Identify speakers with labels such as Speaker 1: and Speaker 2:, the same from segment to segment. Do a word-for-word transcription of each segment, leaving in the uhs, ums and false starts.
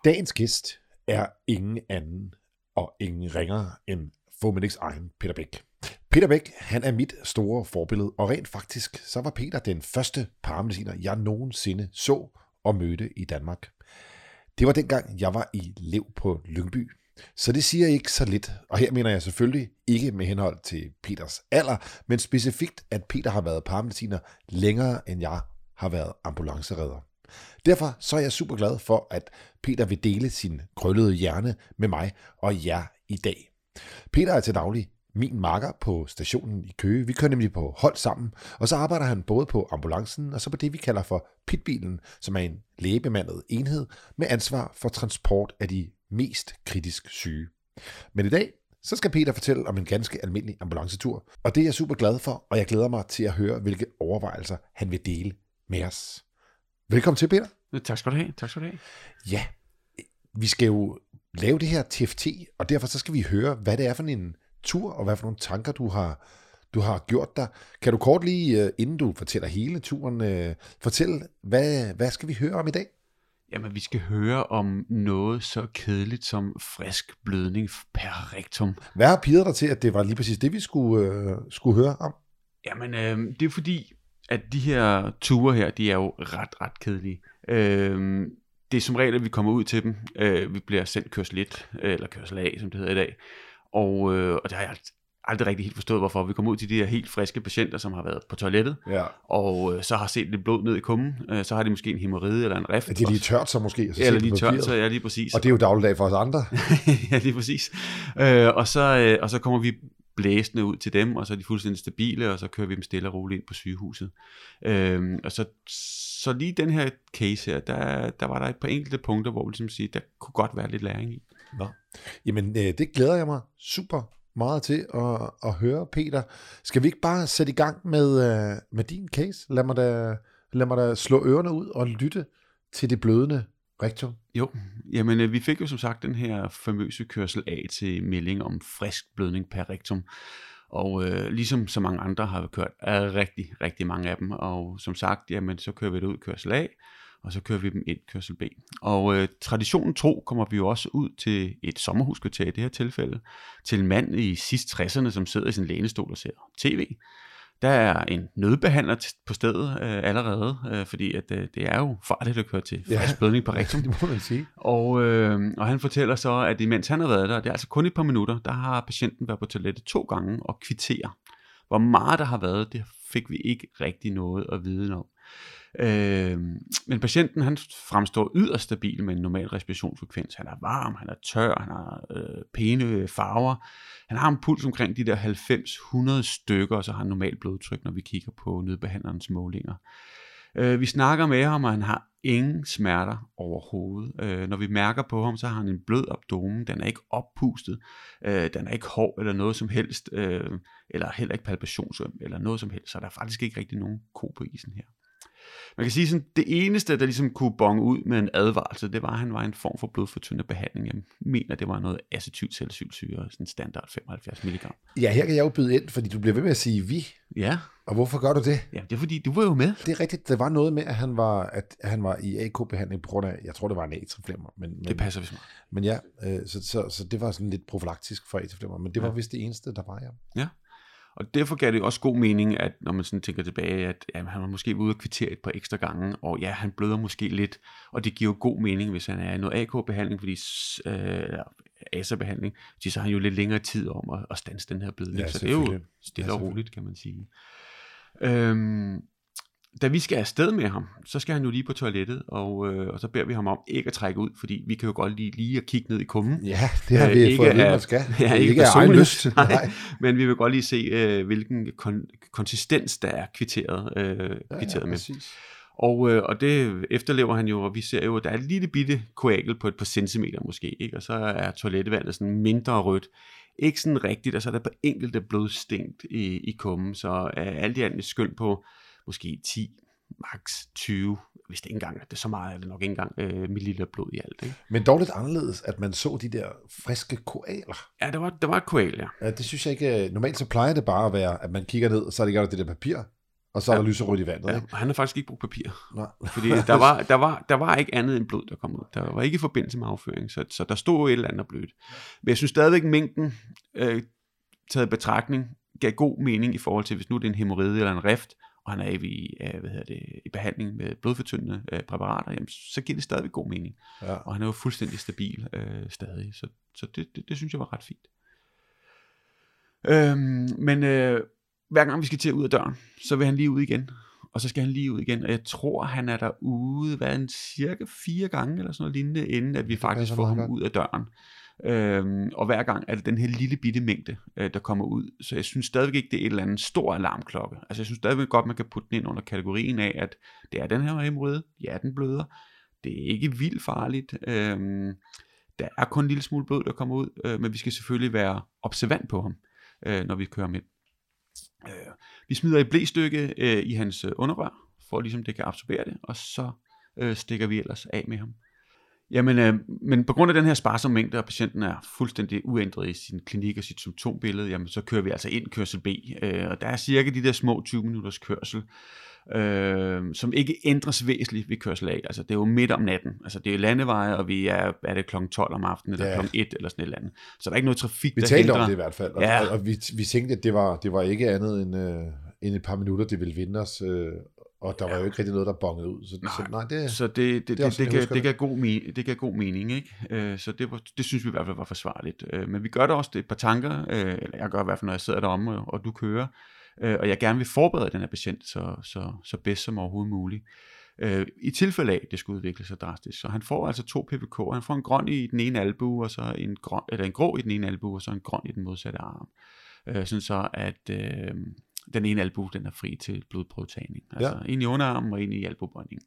Speaker 1: Dagens gæst er ingen anden og ingen ringere end Fomedics egen Peter Bæk. Peter Bæk, han er mit store forbillede, og rent faktisk, så var Peter den første paramediciner, jeg nogensinde så og mødte i Danmark. Det var dengang, jeg var i Lev på Lyngby. Så det siger ikke så lidt, og her mener jeg selvfølgelig ikke med henhold til Peters alder, men specifikt, at Peter har været paramediciner længere, end jeg har været ambulanceredder. Derfor så er jeg super glad for, at Peter vil dele sin krøllede hjerne med mig og jer i dag. Peter er til daglig min makker på stationen i Køge. Vi kører nemlig på hold sammen, og så arbejder han både på ambulancen og så på det, vi kalder for pitbilen, som er en lægebemandet enhed med ansvar for transport af de mest kritisk syge. Men i dag, så skal Peter fortælle om en ganske almindelig ambulancetur, og det er jeg super glad for, og jeg glæder mig til at høre, hvilke overvejelser han vil dele med os. Velkommen til, Peter.
Speaker 2: Tak skal du have. Tak skal du have.
Speaker 1: Ja, vi skal jo lave det her T F T, og derfor så skal vi høre, hvad det er for en tur, og hvad for nogle tanker, du har, du har gjort dig. Kan du kort lige, inden du fortæller hele turen, fortælle, hvad, hvad skal vi høre om i dag?
Speaker 2: Jamen, vi skal høre om noget så kedeligt som frisk blødning per rektum.
Speaker 1: Hvad har pirret dig til, at det var lige præcis det, vi skulle, øh, skulle høre om?
Speaker 2: Jamen, øh, det er fordi, at de her ture her, de er jo ret, ret kedelige. Øh, det er som regel, at vi kommer ud til dem. Øh, vi bliver sendt kørsel et, eller kørsel A, som det hedder i dag. Og, øh, og det har jeg aldrig rigtig helt forstået, hvorfor. Vi kommer ud til de her helt friske patienter, som har været på toilettet, ja. og øh, så har set lidt blod ned i kummen. Øh, så har de måske en hæmoride eller en rift.
Speaker 1: Er de lige tørt sig måske?
Speaker 2: Så eller lige tørt sig, ja, lige præcis.
Speaker 1: Og det er jo dagligdag for os andre.
Speaker 2: Ja, lige præcis. Øh, og, så, øh, og så kommer vi blæsende ud til dem, og så er de fuldstændig stabile, og så kører vi dem stille og roligt ind på sygehuset. Øh, og så, så lige den her case her, der, der var der et par enkelte punkter, hvor vi ligesom siger, der kunne godt være lidt læring i.
Speaker 1: Nå. Jamen, øh, det glæder jeg mig super meget til at, at høre, Peter. Skal vi ikke bare sætte i gang med, uh, med din case? Lad mig, da, lad mig da slå ørerne ud og lytte til det blødende rektum.
Speaker 2: Jo, jamen vi fik jo som sagt den her famøse kørsel A til melding om frisk blødning per rektum. Og øh, ligesom så mange andre har vi kørt, er rigtig, rigtig mange af dem. Og som sagt, jamen så kører vi det ud kørsel A, og så kører vi dem ind kørsel B. Og øh, traditionen tro kommer vi jo også ud til et sommerhuskvarter i det her tilfælde, til en mand i sidst tresserne, som sidder i sin lænestol og ser tv. Der er en nødbehandler på stedet øh, allerede, øh, fordi at, øh, det er jo farligt at køre til frisk ja. blødning på rektum.
Speaker 1: Det må man sige.
Speaker 2: Og, øh, og han fortæller så, at imens han har været der, det er altså kun et par minutter, der har patienten været på toilettet to gange og kvitterer. Hvor meget der har været, det fik vi ikke rigtig noget at vide om. Øh, men patienten han fremstår yderst stabil med en normal respirationsfrekvens. Han er varm, han er tør, han har øh, pæne farver. Han har en puls omkring de der halvfems hundrede stykker, og så har han normalt blodtryk, når vi kigger på nødbehandlerens målinger. Øh, vi snakker med ham, og han har ingen smerter overhovedet. Øh, når vi mærker på ham, så har han en blød abdomen. Den er ikke oppustet, øh, den er ikke hård eller noget som helst, øh, eller heller ikke palpationsøm eller noget som helst. Så der er faktisk ikke rigtig nogen ko på isen her. Man kan sige sådan, det eneste, der ligesom kunne bonge ud med en advarsel, det var, at han var en form for blodfortyndende behandling. Jeg mener, det var noget acetylsalicylsyre, sådan standard femoghalvfjerds milligram.
Speaker 1: Ja, her kan jeg jo byde ind, fordi du bliver ved med at sige vi.
Speaker 2: Ja.
Speaker 1: Og hvorfor gør du det?
Speaker 2: Ja, det er fordi, du var jo med.
Speaker 1: Det er rigtigt. Det var noget med, at han var, at han var i A K-behandling på grund af, jeg tror, det var en atrieflimmer. Men, men,
Speaker 2: det passer vist mig.
Speaker 1: Men ja, øh, så, så, så det var sådan lidt profylaktisk for atrieflimmer, men det var ja. vist det eneste, der var, ja.
Speaker 2: Ja. Og derfor gav det også god mening, at når man sådan tænker tilbage, at ja, han var måske ude og kvittere et par ekstra gange, og ja, han bløder måske lidt, og det giver jo god mening, hvis han er i noget A K-behandling, fordi øh, A S A-behandling, så har han jo lidt længere tid om at, at standse den her blødning, ja, så det er jo stille og roligt, kan man sige. Øhm, da vi skal afsted med ham, så skal han jo lige på toilettet, og, øh, og så beder vi ham om ikke at trække ud, fordi vi kan jo godt lige, lige at kigge ned i kummen.
Speaker 1: Ja, det har vi øh, fået at vide, man skal.
Speaker 2: Ja, ikke,
Speaker 1: ikke af egen lyst.
Speaker 2: Nej, nej. Men vi vil godt lige se, øh, hvilken kon- konsistens der er kvitteret, øh, kvitteret
Speaker 1: ja, ja,
Speaker 2: med.
Speaker 1: Præcis.
Speaker 2: Og, øh, og det efterlever han jo, og vi ser jo, at der er et lille bitte koagel på et par centimeter måske, ikke? Og så er toilettevandet sådan mindre rødt. Ikke sådan rigtigt, og så er der på enkelte blodstinkt i, i kummen, så er alt i alt et skøn på måske ti, max tyve, hvis det ikke engang er det så meget, er det nok ikke engang øh, milliliter blod i alt. Ikke?
Speaker 1: Men dog lidt anderledes, at man så de der friske koaler.
Speaker 2: Ja, der var, der var et koal, ja.
Speaker 1: ja. Det synes jeg ikke, normalt så plejer det bare at være, at man kigger ned, og så ligger der det der papir, Og så er der ja. lyserødt i vandet,
Speaker 2: ja.
Speaker 1: ikke?
Speaker 2: Og han har faktisk ikke brugt papir.
Speaker 1: Nej.
Speaker 2: Fordi der var, der, var, der var ikke andet end blod, der kom ud. Der var ikke i forbindelse med afføring, så, så der stod et eller andet blødt. Men jeg synes stadigvæk, mængden øh, taget i betragtning gav god mening i forhold til, hvis nu det er en hæmoride eller en rift, og han er i, øh, hvad hedder det, i behandling med blodfortyndende øh, præparater, jamen, så giver det stadigvæk god mening. Ja. Og han er jo fuldstændig stabil øh, stadig, så, så det, det, det synes jeg var ret fint. Øhm, men øh, hver gang vi skal til ud af døren, så vil han lige ud igen, og så skal han lige ud igen, og jeg tror, han er derude, hvad en cirka fire gange, eller sådan noget lignende, inden at vi det faktisk får ham ud af døren. Øhm, og hver gang er det den her lille bitte mængde, øh, der kommer ud, så jeg synes stadigvæk ikke, det er et eller andet stor alarmklokke. Altså jeg synes stadigvæk godt, man kan putte den ind under kategorien af, at det er den her hæmoride, ja, den bløder, det er ikke vildt farligt, øhm, der er kun en lille smule blod, der kommer ud, øh, men vi skal selvfølgelig være observant på ham, øh, når vi kører med. Øh, vi smider et blæstykke øh, i hans øh, underrør, for ligesom det kan absorbere det, og så øh, stikker vi ellers af med ham. Jamen, øh, men på grund af den her sparsomme mængde, og patienten er fuldstændig uændret i sin klinik og sit symptombillede, jamen så kører vi altså ind kørsel B, øh, og der er cirka de der små tyve minutters kørsel, øh, som ikke ændres væsentligt ved kørsel A. Altså det er jo midt om natten, altså det er landeveje, og vi er, er det klokken tolv om aftenen, eller ja. klokken et, eller sådan et eller andet. Så der er ikke noget trafik,
Speaker 1: vi
Speaker 2: der
Speaker 1: talte
Speaker 2: hindrer.
Speaker 1: om det i hvert fald, og, ja. og, og vi, vi tænkte, at det var, det var ikke andet end, øh, end et par minutter, det ville vinde os, øh, og der var ja. jo ikke rigtig noget, der bongede ud. Så,
Speaker 2: nej,
Speaker 1: så, nej det,
Speaker 2: så det, det, det, det, det, kan, det, kan god me, det kan god mening, ikke? Øh, så det, var, det synes vi i hvert fald var forsvarligt. Øh, men vi gør det også det et par tanker, øh, eller jeg gør i hvert fald, når jeg sidder deromme, og, og du kører, øh, og jeg gerne vil forberede den her patient så, så, så bedst som overhovedet muligt. Øh, I tilfælde af, det skal udvikle sig drastisk. Så han får altså to P V K'er. Han får en grøn i den ene albue, og så en, grøn, eller en grå i den ene albue, og så en grøn i den modsatte arm. Øh, sådan så, at øh, den ene albue, den er fri til blodprøvetagning. Altså ja. en i underarmen og en i albuebøjningen.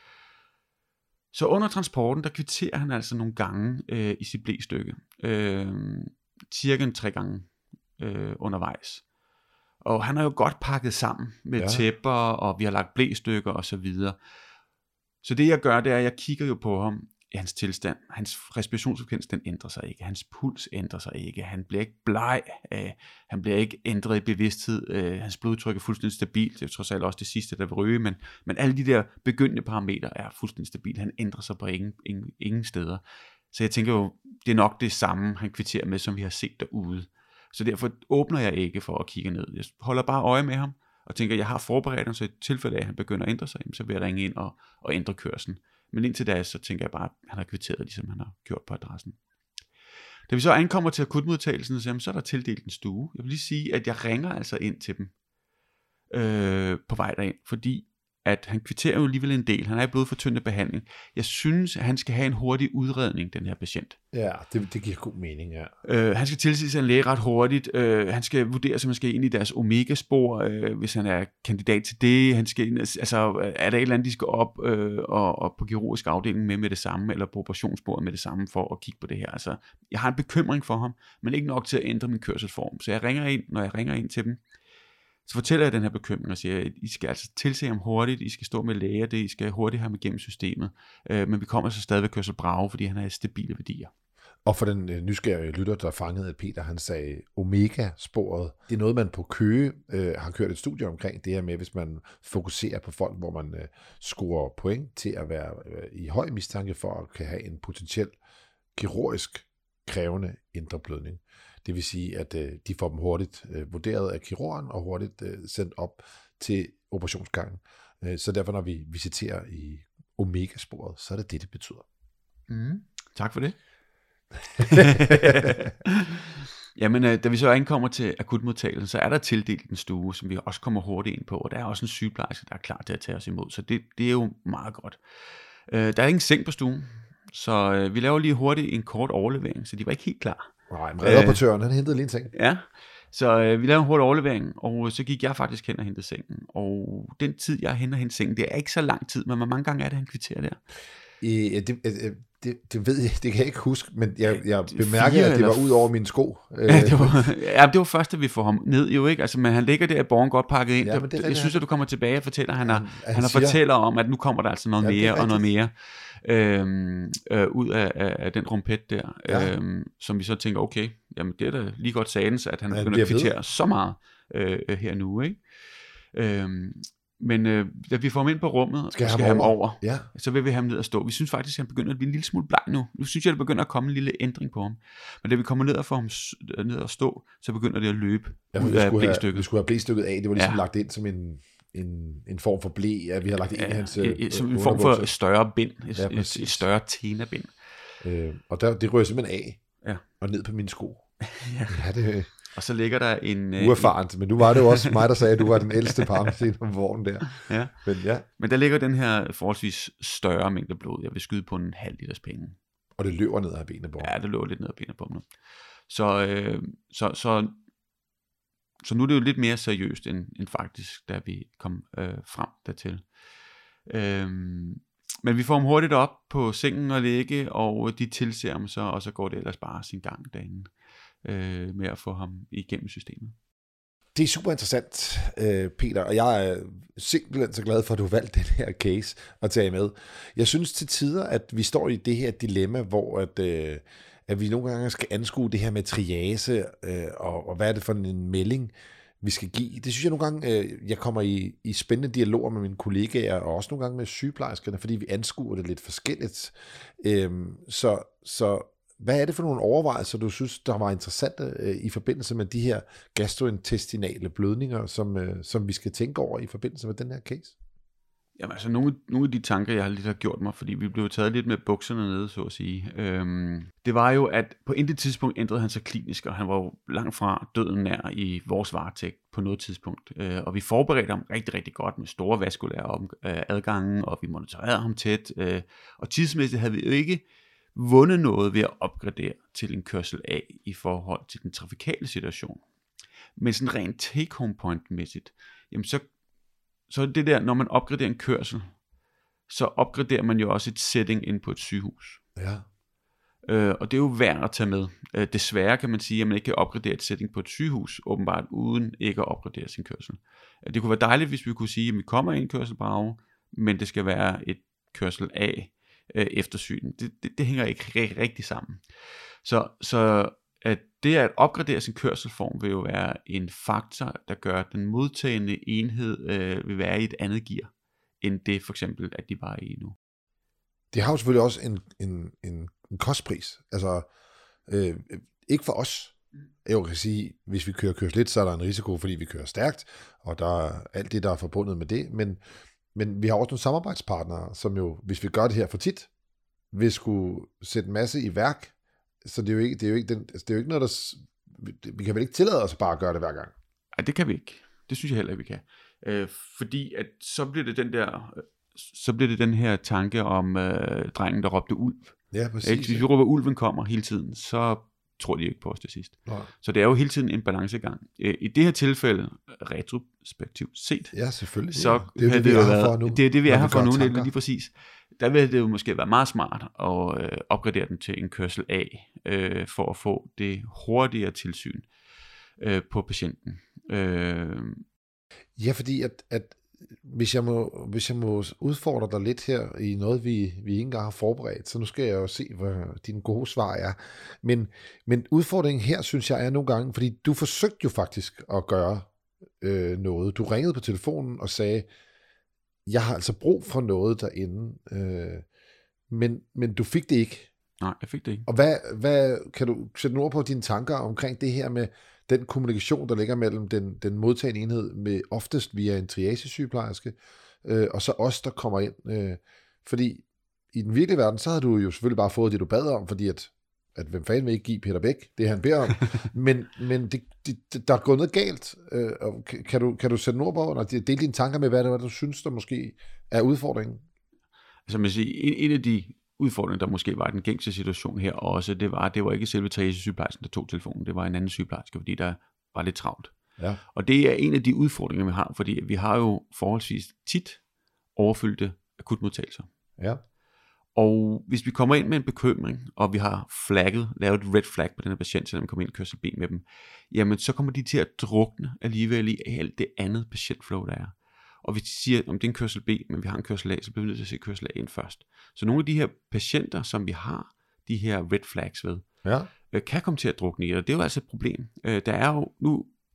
Speaker 2: Så under transporten, der kvitterer han altså nogle gange øh, i sit blæstykke. Øh, cirka en tre gange øh, undervejs. Og han er jo godt pakket sammen med ja. tæpper, og vi har lagt blæstykker og så videre. Så det jeg gør, det er, at jeg kigger jo på ham i hans tilstand. Hans respirationsfrekvens, den ændrer sig ikke. Hans puls ændrer sig ikke. Han bliver ikke bleg. Øh, han bliver ikke ændret i bevidsthed. Øh, hans blodtryk er fuldstændig stabilt. Det er trods alt også det sidste, der vil ryge. Men, men alle de der begyndende parametre er fuldstændig stabilt. Han ændrer sig på ingen, ingen, ingen steder. Så jeg tænker jo, det er nok det samme, han kvitterer med, som vi har set derude. Så derfor åbner jeg ikke for at kigge ned. Jeg holder bare øje med ham, og tænker, at jeg har forberedt ham, så i tilfælde af, at han begynder at ændre sig, så vil jeg ringe ind og, og ændre kørslen. Men indtil da, så tænker jeg bare, at han har kvitteret, ligesom han har gjort på adressen. Da vi så ankommer til akutmodtagelsen, så, så er der tildelt en stue. Jeg vil lige sige, at jeg ringer altså ind til dem øh, på vej derind, fordi at han kvitterer jo alligevel en del. Han er i blodfortyndende behandling. Jeg synes, at han skal have en hurtig udredning, den her patient.
Speaker 1: Ja, det, det giver god mening, ja.
Speaker 2: Øh, han skal tilses af en læge ret hurtigt. Øh, han skal vurdere, om han skal ind i deres omega-spor, øh, hvis han er kandidat til det. Han skal ind, altså, er der et eller andet, de skal op øh, og, og på kirurgisk afdeling med med det samme, eller på operationsbordet med det samme, for at kigge på det her. Altså, jeg har en bekymring for ham, men ikke nok til at ændre min kørselsform. Så jeg ringer ind, når jeg ringer ind til dem, så fortæller jeg den her bekymring og siger, at I skal altså tilse ham hurtigt, I skal stå med læger, det, I skal hurtigt have ham igennem systemet, øh, men vi kommer så stadigvæk kørsel brage, fordi han har stabile værdier.
Speaker 1: Og for den øh, nysgerrige lytter, der fangede, at Peter han sagde omega-sporet, det er noget, man på Køge øh, har kørt et studie omkring, det her med, hvis man fokuserer på folk, hvor man øh, scorer point til at være øh, i høj mistanke for at kan have en potentiel kirurgisk krævende indre blødning. Det vil sige, at øh, de får dem hurtigt øh, vurderet af kirurgen og hurtigt øh, sendt op til operationsgangen. Øh, så derfor, når vi visiterer i omega-sporet, så er det det, det betyder.
Speaker 2: Mm. Tak for det. Jamen, øh, da vi så ankommer til akutmodtagelsen, så er der tildelt en stue, som vi også kommer hurtigt ind på, og der er også en sygeplejerske, der er klar til at tage os imod, så det, det er jo meget godt. Øh, der er ingen seng på stuen, så øh, vi laver lige hurtigt en kort overlevering, så de var ikke helt klar.
Speaker 1: Nej, men redderportøren, han hentede lige en seng.
Speaker 2: Ja, så øh, vi lavede en hurtig overlevering, og så gik jeg faktisk hen og hentede sengen. Og den tid, jeg hen og hentede sengen, det er ikke så lang tid, men hvor mange gange er det, han kvitterer der?
Speaker 1: I, ja, det, det, det ved jeg, det kan jeg ikke huske, men jeg, jeg bemærkede, at det var ud over mine sko.
Speaker 2: Ja, det var, ja, det var først, at vi får ham ned jo, ikke? Altså, men han ligger der i borgen godt pakket ind. Ja, det, jeg synes, at du kommer tilbage og fortæller, han, har, han, han har fortæller om, at nu kommer der altså noget ja, mere og noget mere øhm, øh, ud af, af den rumpet der, ja. øhm, som vi så tænker, okay, jamen det er da lige godt sagtens, at han ja, begynder at kvittere så meget øh, her nu, ikke? Øhm, Men øh, da vi får ham ind på rummet,
Speaker 1: Skal
Speaker 2: og
Speaker 1: jeg
Speaker 2: skal
Speaker 1: have
Speaker 2: have
Speaker 1: ham
Speaker 2: ham
Speaker 1: over?
Speaker 2: over,
Speaker 1: Ja.
Speaker 2: så vil vi have ham ned og stå. Vi synes faktisk, at han begynder at blive en lille smule bleg nu. Nu synes jeg, at der begynder at komme en lille ændring på ham. Men da vi kommer ned og får ham s- ned og stå, så begynder det at løbe
Speaker 1: Ja,
Speaker 2: ud
Speaker 1: vi,
Speaker 2: af
Speaker 1: skulle have,
Speaker 2: blæstykket.
Speaker 1: vi skulle have blæstykket af. Det var ligesom
Speaker 2: Ja.
Speaker 1: lagt ind som en, en, en form for blæ, at vi har lagt ind i hans
Speaker 2: Ja,
Speaker 1: øh,
Speaker 2: et- som en
Speaker 1: øh,
Speaker 2: form for
Speaker 1: underbukser.
Speaker 2: større bind. Et,
Speaker 1: Ja,
Speaker 2: et,
Speaker 1: præcis.
Speaker 2: et større tenabind.
Speaker 1: Øh, og der, det rører simpelthen af,
Speaker 2: Ja.
Speaker 1: og ned på mine sko.
Speaker 2: Ja.
Speaker 1: Ja, det
Speaker 2: Og så ligger der en... øh,
Speaker 1: uerfarent, men nu var det jo også mig, der sagde, at du var den ældste parmesan på vognen der.
Speaker 2: Ja.
Speaker 1: Men ja,
Speaker 2: Men der ligger den her forholdsvis større mængde blod. Jeg vil skyde på en halv liters penge.
Speaker 1: og det løber ned ad benene på.
Speaker 2: Ja, det lå lidt ned ad benet på dem nu. Så, øh, så, så, så nu er det jo lidt mere seriøst, end, end faktisk, da vi kom øh, frem dertil. Øh, men vi får ham hurtigt op på sengen og ligge, og de tilser ham så, og så går det ellers bare sin gang derinde øh, med at få ham igennem systemet.
Speaker 1: Det er super interessant, øh, Peter, og jeg er simpelthen så glad for, at du valgte den her case at tage med. Jeg synes til tider, at vi står i det her dilemma, hvor at, øh, at vi nogle gange skal anskue det her med triase, øh, og, og hvad er det for en melding, vi skal give. Det synes jeg nogle gange, øh, jeg kommer i, i spændende dialoger med mine kollegaer, og også nogle gange med sygeplejerskerne, fordi vi anskuer det lidt forskelligt. Øh, så, så hvad er det for nogle overvejelser, du synes, der var interessante øh, i forbindelse med de her gastrointestinale blødninger, som, øh, som vi skal tænke over i forbindelse med den her case?
Speaker 2: Jamen altså, nogle, nogle af de tanker, jeg lidt har gjort mig, fordi vi blev taget lidt med bukserne nede, så at sige, øhm, det var jo, at på intet tidspunkt ændrede han sig klinisk, og han var jo langt fra døden nær i vores varetægt på noget tidspunkt. Øh, og vi forberedte ham rigtig, rigtig godt med store vaskulære om, øh, adgange, og vi monitorerede ham tæt. Øh, og tidsmæssigt havde vi jo ikke vundet noget ved at opgradere til en kørsel A i forhold til den trafikale situation. Men sådan rent take-home point-mæssigt, jamen så Så det der, når man opgraderer en kørsel, så opgraderer man jo også et setting ind på et sygehus.
Speaker 1: Ja.
Speaker 2: Øh, og det er jo værd at tage med. Øh, desværre kan man sige, at man ikke kan opgradere et setting på et sygehus, åbenbart uden ikke at opgradere sin kørsel. Øh, det kunne være dejligt, hvis vi kunne sige, at vi kommer i en kørsel på Aue, men det skal være et kørsel A øh, eftersyn. Det, det, det hænger ikke rigtig, rigtig sammen. Så, så at det at opgradere sin kørselsform vil jo være en faktor, der gør, at den modtagende enhed øh, vil være i et andet gear, end det for eksempel, at de var i nu.
Speaker 1: Det har jo selvfølgelig også en, en, en, en kostpris. Altså, øh, ikke for os. Jeg kan sige, hvis vi kører kørsel lidt, så er der en risiko, fordi vi kører stærkt, og der er alt det, der er forbundet med det. Men, men vi har også nogle samarbejdspartnere, som jo, hvis vi gør det her for tit, vil skulle sætte en masse i værk. Så det er jo ikke, det er jo ikke, den, det er jo ikke noget, der... Vi kan vel ikke tillade os bare at gøre det hver gang?
Speaker 2: Nej, det kan vi ikke. Det synes jeg heller ikke, vi kan. Øh, fordi at så bliver det den der... Så bliver det den her tanke om øh, drengen, der råbte ulv.
Speaker 1: Ja, præcis.
Speaker 2: Ikke? Hvis vi råber, ulven kommer hele tiden, så tror de ikke på os til sidst.
Speaker 1: Nej.
Speaker 2: Så det er jo hele tiden en balancegang. Øh, I det her tilfælde, retrospektivt set,
Speaker 1: Ja, selvfølgelig.
Speaker 2: så
Speaker 1: ja. Det er jo det, vi
Speaker 2: jo
Speaker 1: er her
Speaker 2: været,
Speaker 1: for nu.
Speaker 2: Det er det, vi er her for nu,
Speaker 1: tanker.
Speaker 2: lige, lige præcis. Der vil det jo måske være meget smart at øh, opgradere den til en kørsel A, øh, for at få det hurtigere tilsyn øh, på patienten. Øh,
Speaker 1: Ja, fordi at, at hvis, jeg må, hvis jeg må udfordre dig lidt her i noget, vi, vi ikke engang har forberedt, så nu skal jeg jo se, hvad dine gode svar er. Men, men udfordringen her, synes jeg, er nogle gange, fordi du forsøgte jo faktisk at gøre øh, noget. Du ringede på telefonen og sagde, jeg har altså brug for noget derinde, øh, men, men du fik det ikke.
Speaker 2: nej, jeg fik det ikke.
Speaker 1: Og hvad, hvad kan du sætte nogle ord på dine tanker omkring det her med den kommunikation, der ligger mellem den, den modtagende enhed, med oftest via en triage-sygeplejerske, øh, og så os, der kommer ind. Øh, fordi i den virkelige verden, så havde du jo selvfølgelig bare fået det, du bad om, fordi at, at hvem fanden vil ikke give Peter Bæk det, han beder om. men men det, det, der er gået noget galt. Øh, og kan, kan, du, kan du sætte ord på, og dele dine tanker med, hvad det er, du synes, der måske er udfordringen?
Speaker 2: Altså man siger, en, en af de udfordringer, der måske var i den gængse situation her også, det var, det var ikke selve triage-sygeplejersken, der tog telefonen, det var en anden sygeplejerske, fordi der var lidt travlt.
Speaker 1: Ja.
Speaker 2: Og det er en af de udfordringer, vi har, fordi vi har jo forholdsvis tit overfyldte akutmodtagelser.
Speaker 1: Ja.
Speaker 2: Og hvis vi kommer ind med en bekymring, og vi har flagget, lavet et red flag på den her patient, selvom vi kommer ind og kørsel B med dem, jamen så kommer de til at drukne alligevel i alt det andet patientflow, der er. Og hvis de siger, om det er en kørsel B, men vi har en kørsel A, så bliver vi nødt til at se kørsel A ind først. Så nogle af de her patienter, som vi har de her red flags ved,
Speaker 1: Ja.
Speaker 2: øh, kan komme til at drukne i, og det er jo altså et problem. Øh, der er jo, nu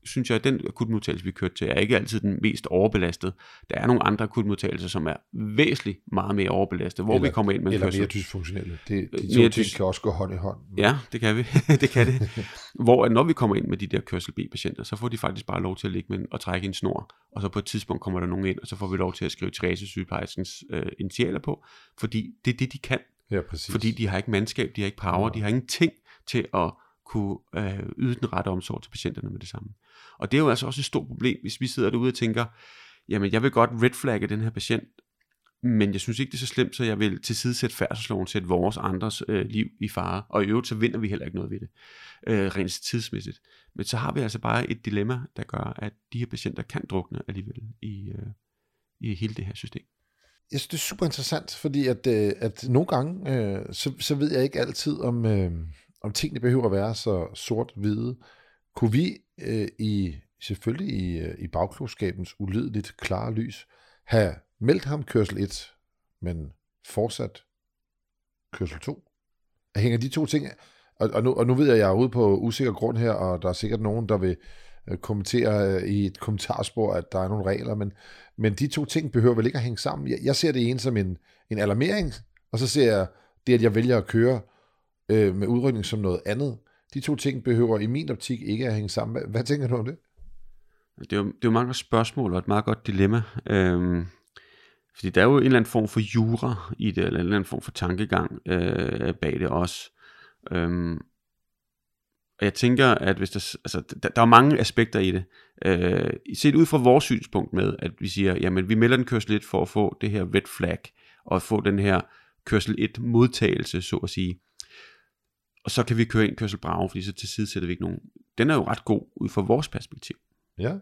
Speaker 2: synes jeg, at den akutmodtagelse, vi kørte til, er ikke altid den mest overbelastet. Der er nogle andre akutmodtagelser, som er væsentligt meget mere overbelastet, hvor
Speaker 1: eller,
Speaker 2: vi kommer ind med en
Speaker 1: eller
Speaker 2: kørsel.
Speaker 1: mere dysfunktionelle. Det, de to mere ting dys- kan også gå hånd i hånd.
Speaker 2: Ja, det kan vi. det kan det. Hvor når vi kommer ind med de der kørsel B-patienter, så får de faktisk bare lov til at ligge med og trække en snor, og så på et tidspunkt kommer der nogen ind, og så får vi lov til at skrive Therese-sygeplejerskens øh, initialer på, fordi det er det, de kan.
Speaker 1: Ja, præcis.
Speaker 2: Fordi de har ikke mandskab, de har ikke power, ja. De har ingenting til at kunne øh, yde den rette omsorg til patienterne med det samme. Og det er jo altså også et stort problem, hvis vi sidder derude og tænker, jamen jeg vil godt redflagge den her patient, men jeg synes ikke det er så slemt, så jeg vil tilsidesætte færdselsloven, sætte vores andres øh, liv i fare, og i øvrigt så vinder vi heller ikke noget ved det, øh, rent tidsmæssigt. Men så har vi altså bare et dilemma, der gør, at de her patienter kan drukne alligevel i, øh, i hele det her system.
Speaker 1: Jeg synes, det er super interessant, fordi at, øh, at nogle gange, øh, så, så ved jeg ikke altid, om, øh, om tingene behøver at være så sort-hvide. Kunne vi øh, i, selvfølgelig i, øh, i bagklogskabens ulydeligt klare lys, have meldt ham kørsel et, men fortsat kørsel to? Hænger de to ting, og, og, nu, og nu ved jeg, at jeg er ude på usikker grund her, og der er sikkert nogen, der vil kommentere i et kommentarspor, at der er nogle regler, men, men de to ting behøver vel ikke at hænge sammen. Jeg, jeg ser det ene som en, en alarmering, og så ser jeg det, at jeg vælger at køre øh, med udrykning som noget andet. De to ting behøver i min optik ikke at hænge sammen. Hvad, hvad tænker du om det?
Speaker 2: Det er jo, det er jo mange spørgsmål og et meget godt dilemma. Øhm, fordi der er jo en eller anden form for jura i det, eller en eller anden form for tankegang øh, bag det også. Øhm, Og jeg tænker, at hvis der, altså, der, der er mange aspekter i det. Øh, set ud fra vores synspunkt med, at vi siger, jamen vi melder den kørsel et for at få det her red flag, og få den her kørsel et modtagelse, så at sige. Og så kan vi køre ind kørsel bravo, fordi så tilsidesætter vi ikke nogen. Den er jo ret god ud fra vores perspektiv.
Speaker 1: Ja.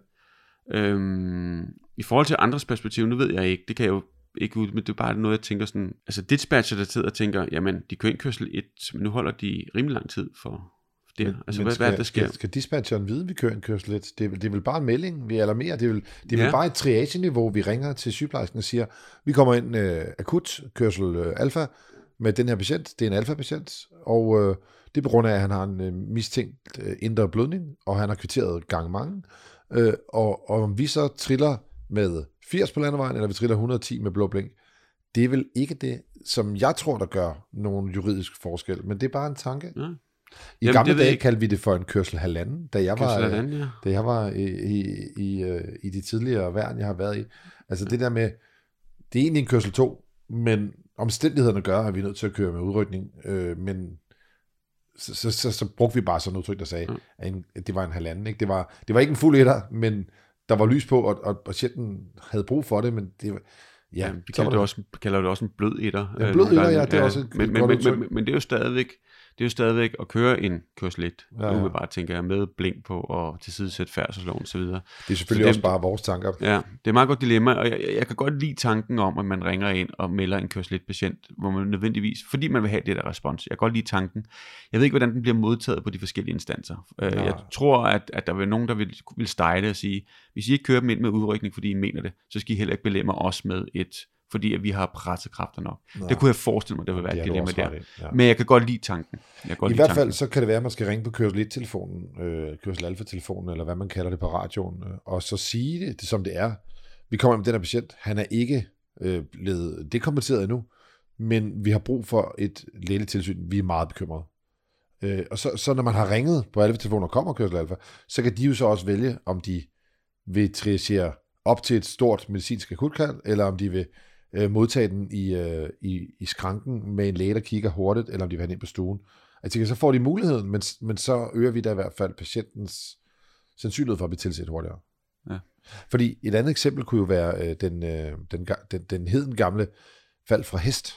Speaker 2: Øhm, I forhold til andres perspektiv, nu ved jeg ikke, det kan jeg jo ikke ud, men det er bare noget, jeg tænker sådan, altså dispatcher, der sidder og tænker, jamen de kører ind kørsel et, men nu holder de rimelig lang tid for det.
Speaker 1: Men,
Speaker 2: altså,
Speaker 1: men
Speaker 2: hvad,
Speaker 1: skal,
Speaker 2: hvad der sker?
Speaker 1: Skal, skal dispatcheren vide, at vi kører en kørsel lidt? Det er, det er vel bare en melding, vi alarmerer. Det er vel, det er ja. vel bare et triage-niveau, vi ringer til sygeplejersken og siger, vi kommer ind øh, akut kørsel øh, alfa med den her patient. Det er en alfa-patient, og øh, det er på grund af, at han har en øh, mistænkt øh, indre blødning, og han har kvitteret gang mange. Øh, og, og om vi så triller med firs på landevejen, eller vi triller et hundrede og ti med blå blink, det er vel ikke det, som jeg tror, der gør nogen juridisk forskel, men det er bare en tanke. Ja. I Jamen, gamle dage kaldte vi det for en kørsel halvanden, da jeg var, halvanden, ja. da jeg var i, i, i, i de tidligere værn, jeg har været i. Altså det der med, det er egentlig en kørsel to, men omstændighederne gør, at vi er nødt til at køre med udrykning, øh, men så, så, så, så brugte vi bare sådan et udtryk, der sagde, at, en, at det var en halvanden. Ikke? Det, var, det var ikke en fuld etter, men der var lys på, og, og patienten havde brug for det, men det var... Ja,
Speaker 2: ja, vi kalder det, også, kalder det også en blød etter.
Speaker 1: Ja, blød etter, ja, det er ja, også et
Speaker 2: men, men, men, men, men det er jo stadigvæk, det er jo stadigvæk at køre en kørsel et, ja, ja. Nu vil bare tænke jeg med blink på og tilsidesætte færdselsloven og så videre.
Speaker 1: Det er selvfølgelig så også det, bare vores tanker.
Speaker 2: Ja, det er et meget godt dilemma, og jeg, jeg kan godt lide tanken om, at man ringer ind og melder en kørsel et patient, hvor man nødvendigvis, fordi man vil have det der respons. Jeg kan godt lide tanken. Jeg ved ikke, hvordan den bliver modtaget på de forskellige instanser. Ja. Jeg tror, at, at der vil nogen, der vil, vil stejle og sige, hvis I ikke kører dem ind med udrykning, fordi I mener det, så skal I heller ikke belemmer os med et, fordi at vi har presset kræfter nok. Nej. Det kunne jeg forestille mig, der vil være et dilemma der. Ja. Men jeg kan godt lide tanken. Jeg kan godt
Speaker 1: I
Speaker 2: lide
Speaker 1: hvert fald
Speaker 2: tanken.
Speaker 1: så kan det være, at man skal ringe på kørsel et-telefonen, øh, kørsel alfa-telefonen, eller hvad man kalder det på radioen, øh, og så sige det, det, som det er. Vi kommer med den her patient, han er ikke øh, blevet dekompenseret endnu, men vi har brug for et lægetilsyn. Vi er meget bekymrede. Øh, og så, så når man har ringet på alfa-telefonen og kommer kørsel alfa, så kan de jo så også vælge, om de vil triagere op til et stort medicinsk akutkald, eller om de vil øh, modtage den i, øh, i, i skranken med en læge, der kigger hurtigt, eller om de vil have den ind på stuen. Jeg tænker, så får de muligheden, men, men så øger vi da i hvert fald patientens sandsynlighed for at blive tilset hurtigere. Ja. Fordi et andet eksempel kunne jo være øh, den, øh, den, den, den heden gamle fald fra hest.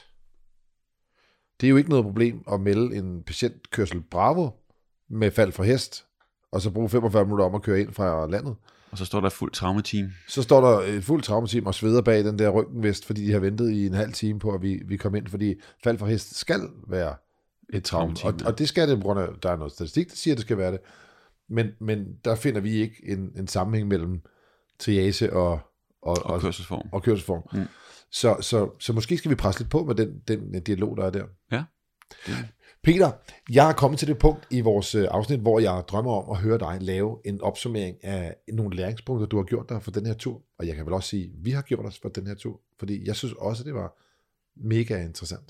Speaker 1: Det er jo ikke noget problem at melde en patientkørsel bravo med fald fra hest, og så bruge femogfyrre minutter om at køre ind fra landet.
Speaker 2: Og så står der et fuldt traumateam.
Speaker 1: Så står der et fuldt traumateam og sveder bag den der røntgenvest, fordi de har ventet i en halv time på, at vi, vi kommer ind, fordi fald fra hest skal være et, et traumateam. Og, ja. og det skal det, på grund af, der er noget statistik, der siger, at det skal være det. Men, men der finder vi ikke en, en sammenhæng mellem triage og, og,
Speaker 2: og kørselsform.
Speaker 1: Og kørselsform. Mm. Så, så, så måske skal vi presse lidt på med den, den dialog, der er der.
Speaker 2: Ja.
Speaker 1: Peter, jeg er kommet til det punkt i vores afsnit, hvor jeg drømmer om at høre dig lave en opsummering af nogle læringspunkter, du har gjort dig for den her tur. Og jeg kan vel også sige, at vi har gjort os for den her tur, fordi jeg synes også, det var mega interessant.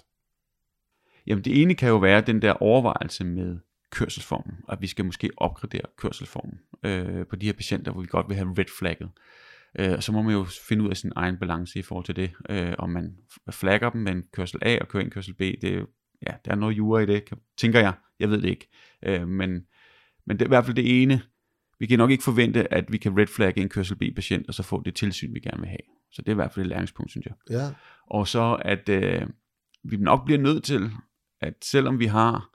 Speaker 2: Jamen det ene kan jo være den der overvejelse med kørselsformen, at vi skal måske opgradere kørselsformen øh, på de her patienter, hvor vi godt vil have red flagget. Øh, så må man jo finde ud af sin egen balance i forhold til det, øh, om man flagger dem med en kørsel A og kører en kørsel B. Det, ja, der er noget jura i det, tænker jeg. Jeg ved det ikke. Øh, men, men det er i hvert fald det ene. Vi kan nok ikke forvente, at vi kan red flagge en kørsel B-patient, og så få det tilsyn, vi gerne vil have. Så det er i hvert fald et læringspunkt, synes jeg.
Speaker 1: Ja.
Speaker 2: Og så at øh, vi nok bliver nødt til, at selvom vi har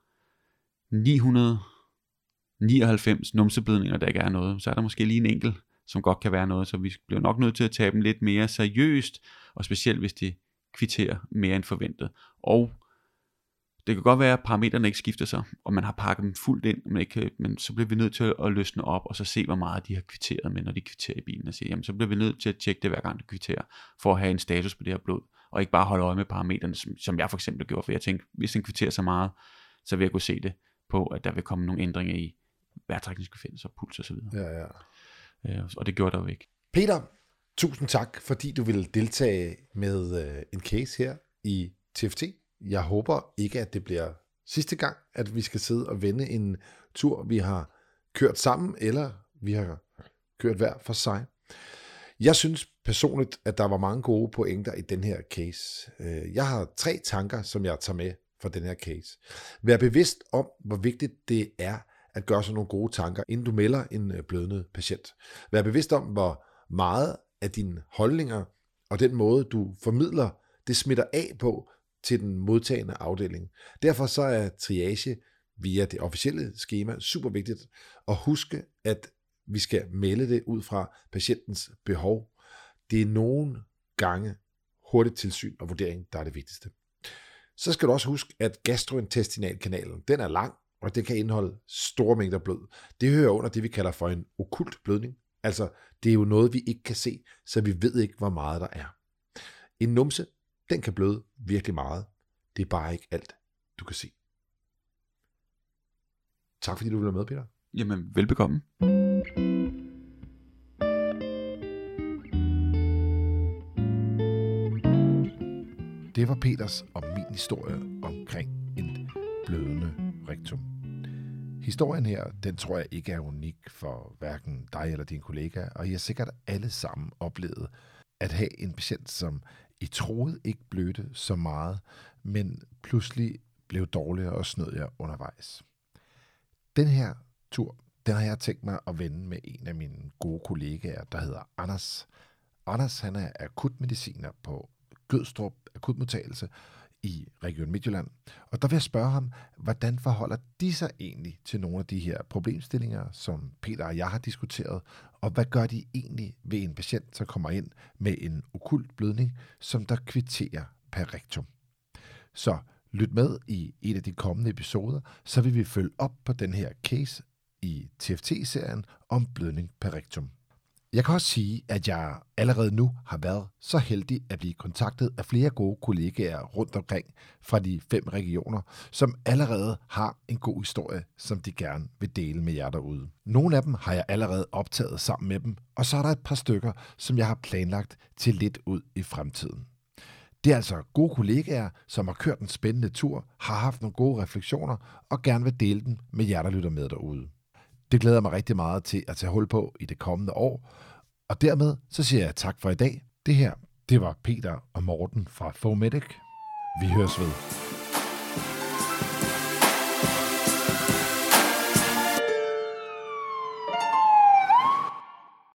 Speaker 2: ni hundrede nioghalvfems numseblødninger, der ikke er noget, så er der måske lige en enkelt, som godt kan være noget, så vi bliver nok nødt til at tage dem lidt mere seriøst, og specielt hvis de kvitterer mere end forventet. Og det kan godt være, at parametrene ikke skifter sig, og man har pakket dem fuldt ind, men, ikke, men så bliver vi nødt til at løsne op, og så se, hvor meget de har kvitteret med, når de kvitterer i bilen, og sige, jamen så bliver vi nødt til at tjekke det hver gang, de kvitterer, for at have en status på det her blod, og ikke bare holde øje med parametrene, som, som jeg for eksempel gjorde, for jeg tænkte, hvis den kvitterer så meget, så vil jeg kunne se det på, at der vil komme nogle ændringer i vejrtrækningsfrekvens og puls og så videre.
Speaker 1: Ja, ja.
Speaker 2: Øh, og det gjorde der jo ikke.
Speaker 1: Peter, tusind tak, fordi du ville deltage med øh, en case her i T F T. Jeg håber ikke, at det bliver sidste gang, at vi skal sidde og vende en tur, vi har kørt sammen, eller vi har kørt hver for sig. Jeg synes personligt, at der var mange gode pointer i den her case. Jeg har tre tanker, som jeg tager med fra den her case. Vær bevidst om, hvor vigtigt det er at gøre sig nogle gode tanker, inden du melder en blødende patient. Vær bevidst om, hvor meget af dine holdninger og den måde, du formidler, det smitter af på til den modtagende afdeling. Derfor så er triage via det officielle skema super vigtigt, og huske, at vi skal melde det ud fra patientens behov. Det er nogle gange hurtigt tilsyn og vurdering, der er det vigtigste. Så skal du også huske, at gastrointestinalkanalen, den er lang, og det kan indeholde store mængder blod. Det hører under det, vi kalder for en okkult blødning. Altså, det er jo noget, vi ikke kan se, så vi ved ikke, hvor meget der er. En numse, den kan bløde virkelig meget. Det er bare ikke alt, du kan se. Tak fordi du ville være med, Peter.
Speaker 2: Jamen, velbekomme.
Speaker 1: Det var Peters og min historie omkring en blødende rektum. Historien her, den tror jeg ikke er unik for hverken dig eller dine kollegaer, og I har sikkert alle sammen oplevet at have en patient, som I troede ikke blødte så meget, men pludselig blev dårligere og snød jer undervejs. Den her tur, den har jeg tænkt mig at vende med en af mine gode kollegaer, der hedder Anders. Anders, han er akutmediciner på Gødstrup akutmodtagelse i Region Midtjylland. Og der vil jeg spørge ham, hvordan forholder de sig egentlig til nogle af de her problemstillinger, som Peter og jeg har diskuteret, og hvad gør de egentlig ved en patient, der kommer ind med en okkult blødning, som der kvitterer per rektum. Så lyt med i et af de kommende episoder, så vil vi følge op på den her case i T F T-serien om blødning per rektum. Jeg kan også sige, at jeg allerede nu har været så heldig at blive kontaktet af flere gode kollegaer rundt omkring fra de fem regioner, som allerede har en god historie, som de gerne vil dele med jer derude. Nogle af dem har jeg allerede optaget sammen med dem, og så er der et par stykker, som jeg har planlagt til lidt ud i fremtiden. Det er altså gode kollegaer, som har kørt en spændende tur, har haft nogle gode refleksioner og gerne vil dele dem med jer, der lytter med derude. Det glæder mig rigtig meget til at tage hul på i det kommende år. Og dermed så siger jeg tak for i dag. Det her, det var Peter og Morten fra Fomedic. Vi høres ved.